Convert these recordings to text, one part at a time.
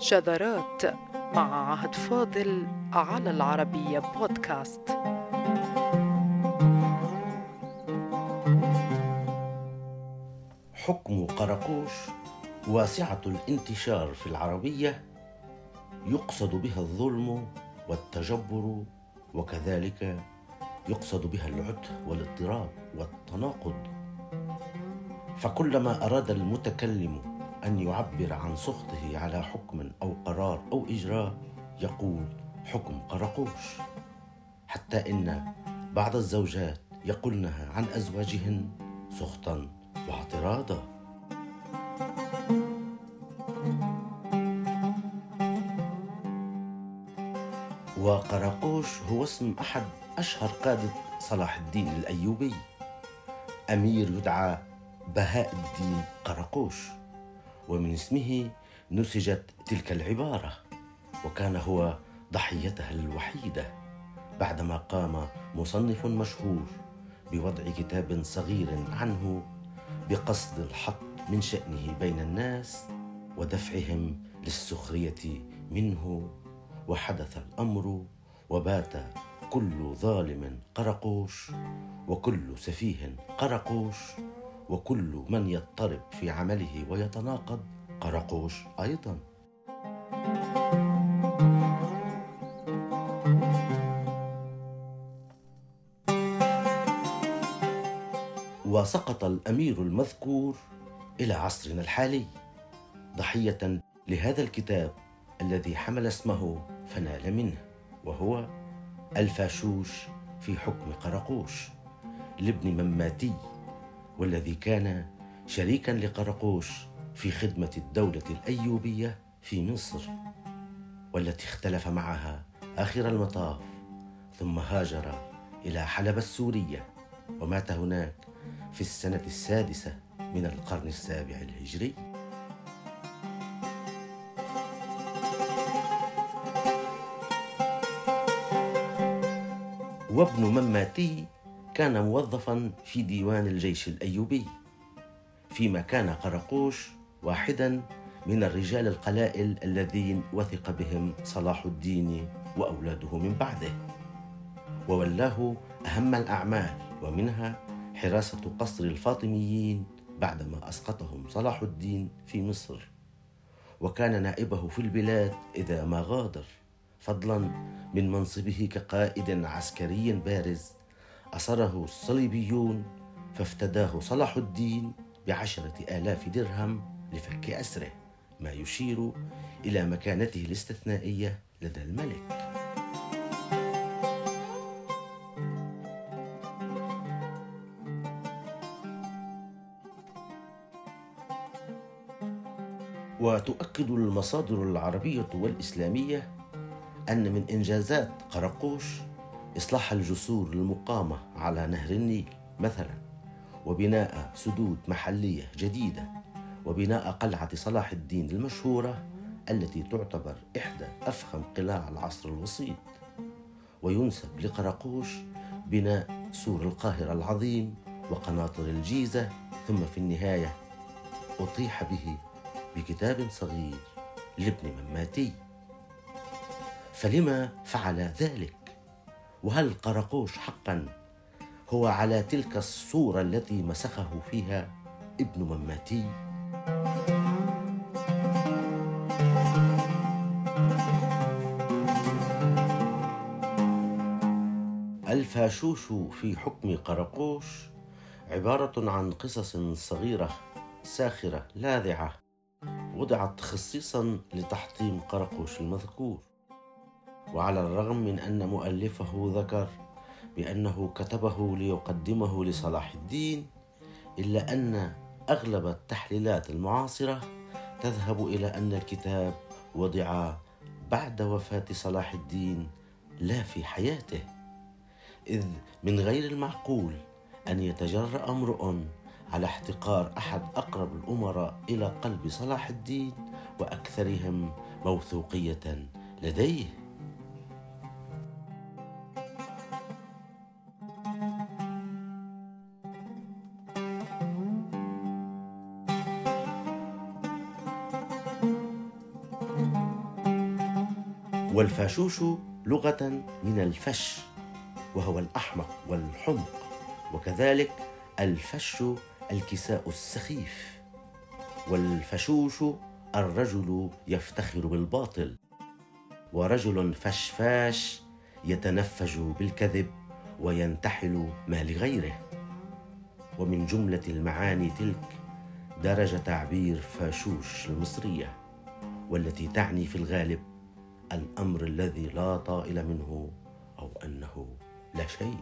شذرات مع عهد فاضل على العربية بودكاست. حكم قرقوش واسعة الانتشار في العربية، يقصد بها الظلم والتجبر، وكذلك يقصد بها العته والاضطراب والتناقض. فكلما أراد المتكلم أن يعبر عن سخطه على حكم أو قرار أو إجراء يقول حكم قرقوش، حتى إن بعض الزوجات يقولنها عن أزواجهن سخطا واعتراضا. وقرقوش هو اسم أحد أشهر قادة صلاح الدين الأيوبي، أمير يدعى بهاء الدين قرقوش، ومن اسمه نسجت تلك العبارة، وكان هو ضحيتها الوحيدة بعدما قام مصنف مشهور بوضع كتاب صغير عنه بقصد الحط من شأنه بين الناس ودفعهم للسخرية منه، وحدث الأمر وبات كل ظالم قرقوش، وكل سفيه قرقوش، وكل من يضطرب في عمله ويتناقض قرقوش أيضا. وسقط الأمير المذكور إلى عصرنا الحالي ضحية لهذا الكتاب الذي حمل اسمه فنال منه، وهو الفاشوش في حكم قرقوش لابن مماتي، والذي كان شريكا لقرقوش في خدمة الدولة الأيوبية في مصر، والتي اختلف معها آخر المطاف، ثم هاجر إلى حلب السورية ومات هناك في السنة 6 من القرن 7 الهجري. وابن مماتي كان موظفا في ديوان الجيش الأيوبي، فيما كان قرقوش واحدا من الرجال القلائل الذين وثق بهم صلاح الدين وأولاده من بعده، وولاه أهم الأعمال، ومنها حراسة قصر الفاطميين بعدما أسقطهم صلاح الدين في مصر، وكان نائبه في البلاد إذا ما غادر، فضلا من منصبه كقائد عسكري بارز أسره الصليبيون، فافتداه صلاح الدين ب10,000 درهم لفك أسره، ما يشير إلى مكانته الاستثنائية لدى الملك. وتؤكد المصادر العربية والإسلامية أن من إنجازات قرقوش إصلاح الجسور المقامة على نهر النيل مثلا، وبناء سدود محلية جديدة، وبناء قلعة صلاح الدين المشهورة التي تعتبر إحدى أفخم قلاع العصر الوسيط. وينسب لقرقوش بناء سور القاهرة العظيم وقناطر الجيزة، ثم في النهاية أطيح به بكتاب صغير لابن مماتي. فلما فعل ذلك؟ وهل قرقوش حقا هو على تلك الصورة التي مسخه فيها ابن مماتي؟ الفاشوش في حكم قرقوش عبارة عن قصص صغيرة ساخرة لاذعة وضعت خصيصا لتحطيم قرقوش المذكور، وعلى الرغم من أن مؤلفه ذكر بأنه كتبه ليقدمه لصلاح الدين، إلا أن أغلب التحليلات المعاصرة تذهب إلى أن الكتاب وضع بعد وفاة صلاح الدين لا في حياته، إذ من غير المعقول أن يتجرأ امرؤ على احتقار أحد أقرب الأمراء إلى قلب صلاح الدين وأكثرهم موثوقية لديه. والفاشوش لغة من الفش، وهو الأحمق والحمق، وكذلك الفش الكساء السخيف، والفشوش الرجل يفتخر بالباطل، ورجل فشفاش يتنفج بالكذب وينتحل ما لغيره. ومن جملة المعاني تلك درج تعبير فاشوش المصرية، والتي تعني في الغالب الأمر الذي لا طائل منه أو أنه لا شيء.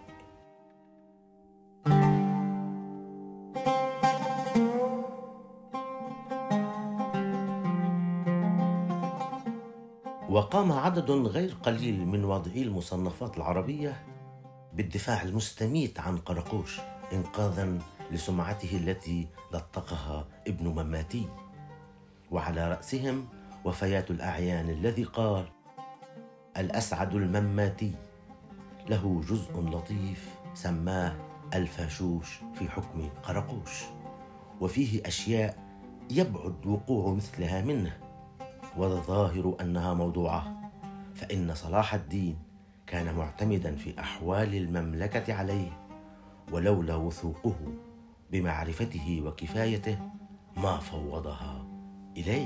وقام عدد غير قليل من واضعي المصنفات العربية بالدفاع المستميت عن قرقوش إنقاذا لسمعته التي لطقها ابن مماتي، وعلى رأسهم وفيات الأعيان الذي قال: الأسعد المماتي له جزء لطيف سماه الفاشوش في حكم قرقوش، وفيه أشياء يبعد وقوع مثلها منه، والظاهر أنها موضوعة، فإن صلاح الدين كان معتمدا في أحوال المملكة عليه، ولولا وثوقه بمعرفته وكفايته ما فوضها إليه.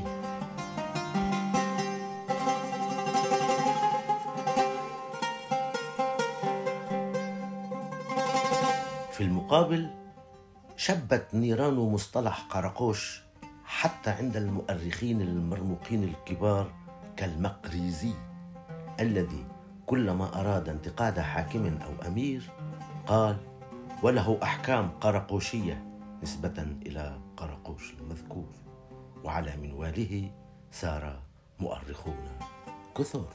في المقابل شبت نيران مصطلح قرقوش حتى عند المؤرخين المرموقين الكبار كالمقريزي، الذي كلما أراد انتقاد حاكم أو أمير قال: وله أحكام قرقوشية نسبة إلى قرقوش المذكور. وعلى منواله سار مؤرخون كثر.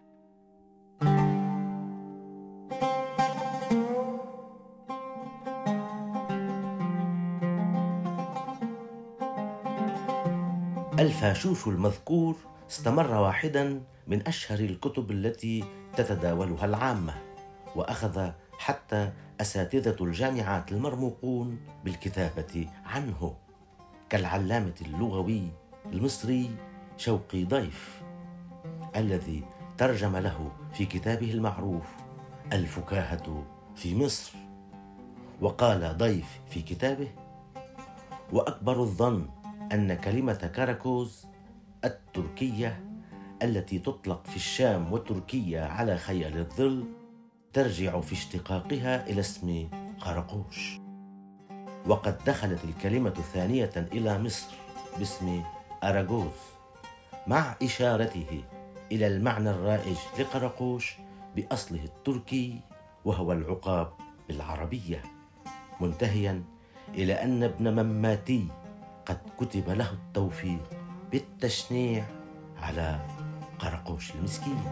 الفاشوش المذكور استمر واحدا من أشهر الكتب التي تتداولها العامة، وأخذ حتى أساتذة الجامعات المرموقون بالكتابة عنه، كالعلامة اللغوي المصري شوقي ضيف، الذي ترجم له في كتابه المعروف الفكاهة في مصر. وقال ضيف في كتابه: وأكبر الظن أن كلمة كراكوز التركية التي تطلق في الشام وتركيا على خيال الظل ترجع في اشتقاقها إلى اسم قرقوش، وقد دخلت الكلمة ثانية إلى مصر باسم أراغوز، مع إشارته إلى المعنى الرائج لقرقوش بأصله التركي وهو العقاب بالعربية، منتهيا إلى أن ابن مماتي قد كتب له التوفيق بالتشنيع على قرقوش المسكين.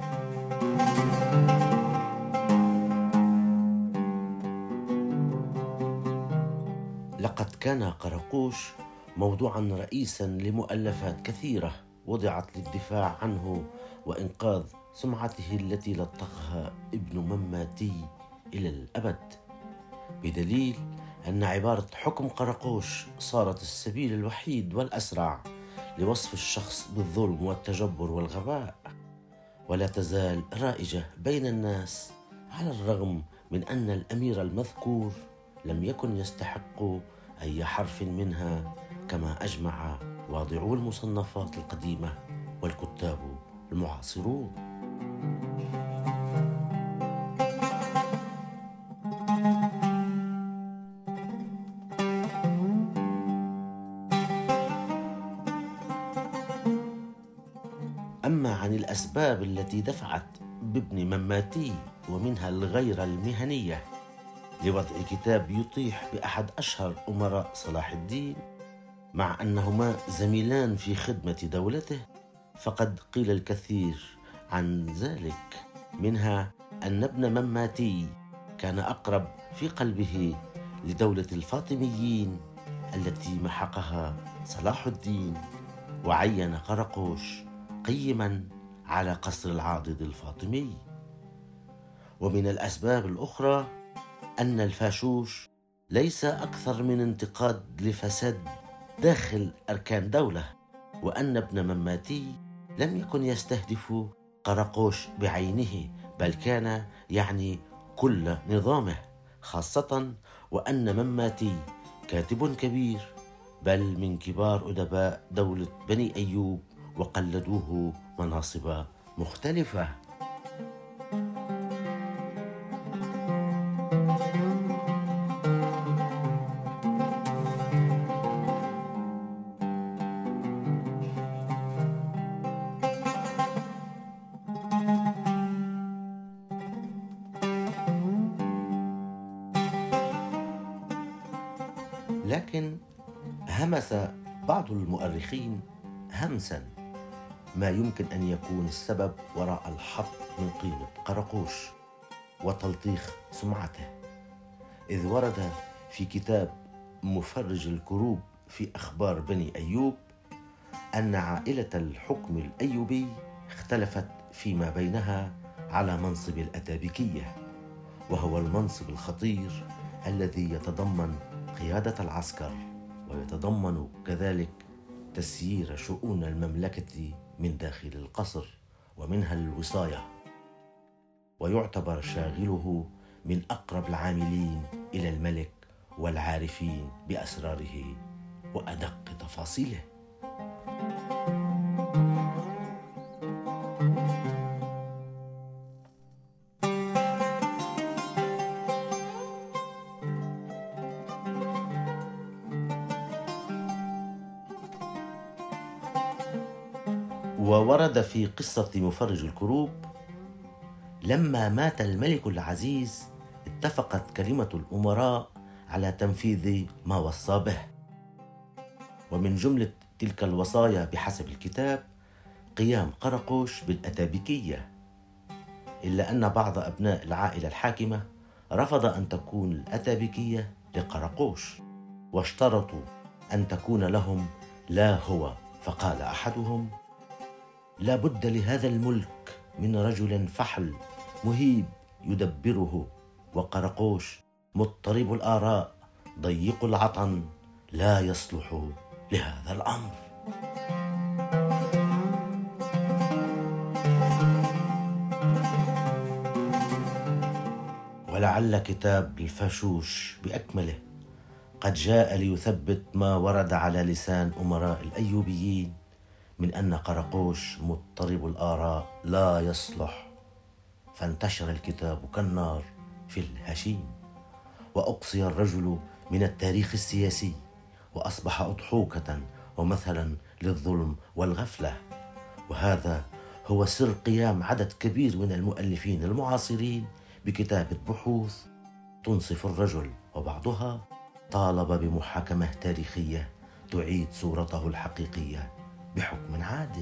لقد كان قرقوش موضوعا رئيسا لمؤلفات كثيرة وضعت للدفاع عنه وإنقاذ سمعته التي لطخها ابن مماتي إلى الأبد، بدليل أن عبارة حكم قرقوش صارت السبيل الوحيد والأسرع لوصف الشخص بالظلم والتجبر والغباء، ولا تزال رائجة بين الناس على الرغم من أن الأمير المذكور لم يكن يستحق أي حرف منها، كما أجمع واضعو المصنفات القديمة والكتاب المعاصرون. أما عن الأسباب التي دفعت بابن مماتي ومنها الغيرة المهنية لوضع كتاب يطيح بأحد أشهر أمراء صلاح الدين، مع أنهما زميلان في خدمة دولته، فقد قيل الكثير عن ذلك، منها أن ابن مماتي كان أقرب في قلبه لدولة الفاطميين التي محقها صلاح الدين، وعين قرقوش قيما على قصر العاضد الفاطمي. ومن الأسباب الأخرى أن الفاشوش ليس أكثر من انتقاد لفساد داخل أركان دولة، وأن ابن مماتي لم يكن يستهدف قراقوش بعينه، بل كان يعني كل نظامه، خاصة وأن مماتي كاتب كبير، بل من كبار أدباء دولة بني أيوب، وقلدوه مناصب مختلفة. لكن همس بعض المؤرخين همسا ما يمكن أن يكون السبب وراء الحط من قيمة قراقوش وتلطيخ سمعته، إذ ورد في كتاب مفرج الكروب في أخبار بني أيوب أن عائلة الحكم الأيوبي اختلفت فيما بينها على منصب الأتابكية، وهو المنصب الخطير الذي يتضمن قيادة العسكر ويتضمن كذلك تسيير شؤون المملكة من داخل القصر ومنها الوصاية، ويعتبر شاغله من أقرب العاملين إلى الملك والعارفين بأسراره وأدق تفاصيله. وورد في قصة مفرج الكروب: لما مات الملك العزيز اتفقت كلمة الأمراء على تنفيذ ما وصى به، ومن جملة تلك الوصايا بحسب الكتاب قيام قراقوش بالأتابكية، إلا أن بعض أبناء العائلة الحاكمة رفض أن تكون الأتابكية لقراقوش، واشترطوا أن تكون لهم لا هو، فقال أحدهم: لا بد لهذا الملك من رجل فحل مهيب يدبره، وقراقوش مضطرب الآراء ضيق العطن لا يصلح لهذا الأمر. ولعل كتاب الفاشوش بأكمله قد جاء ليثبت ما ورد على لسان أمراء الأيوبيين من أن قراقوش مضطرب الآراء لا يصلح، فانتشر الكتاب كالنار في الهشيم، وأقصي الرجل من التاريخ السياسي، وأصبح أضحوكة ومثلا للظلم والغفلة. وهذا هو سر قيام عدد كبير من المؤلفين المعاصرين بكتابة بحوث تنصف الرجل، وبعضها طالب بمحاكمة تاريخية تعيد صورته الحقيقية بحكم عادل.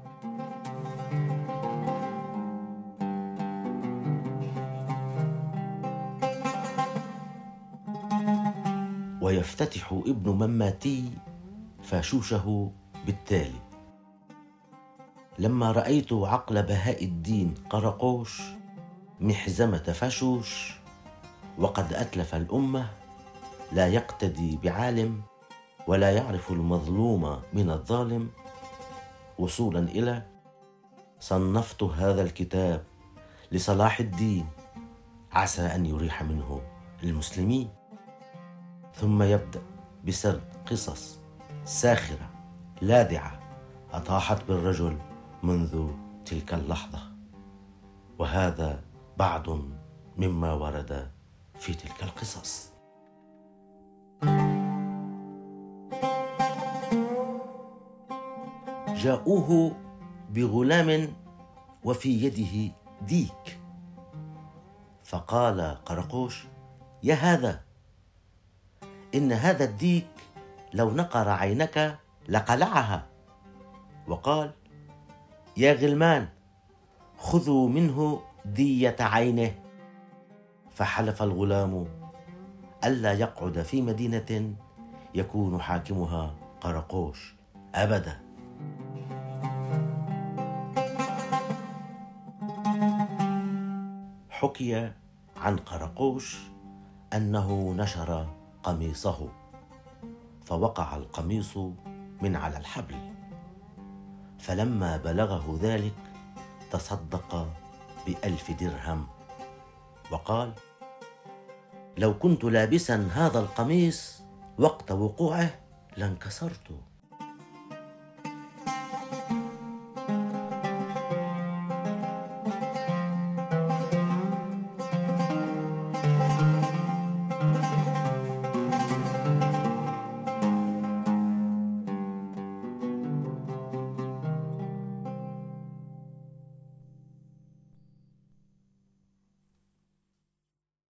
ويفتتح ابن مماتي فاشوشه بالتالي: لما رأيت عقل بهاء الدين قراقوش محزمة فاشوش وقد أتلف الأمة، لا يقتدي بعالم ولا يعرف المظلوم من الظالم، وصولا إلى صنفت هذا الكتاب لصلاح الدين عسى أن يريح منه المسلمين. ثم يبدأ بسرد قصص ساخرة لاذعة أطاحت بالرجل منذ تلك اللحظة، وهذا بعض مما ورد في تلك القصص. جاءوه بغلام وفي يده ديك، فقال قراقوش: يا هذا، إن هذا الديك لو نقر عينك لقلعها. وقال: يا غلمان، خذوا منه دية عينه. فحلف الغلام ألا يقعد في مدينة يكون حاكمها قراقوش أبدا. حكي عن قراقوش أنه نشر قميصه، فوقع القميص من على الحبل، فلما بلغه ذلك تصدق ب1,000 درهم وقال: لو كنت لابسا هذا القميص وقت وقوعه لانكسرت.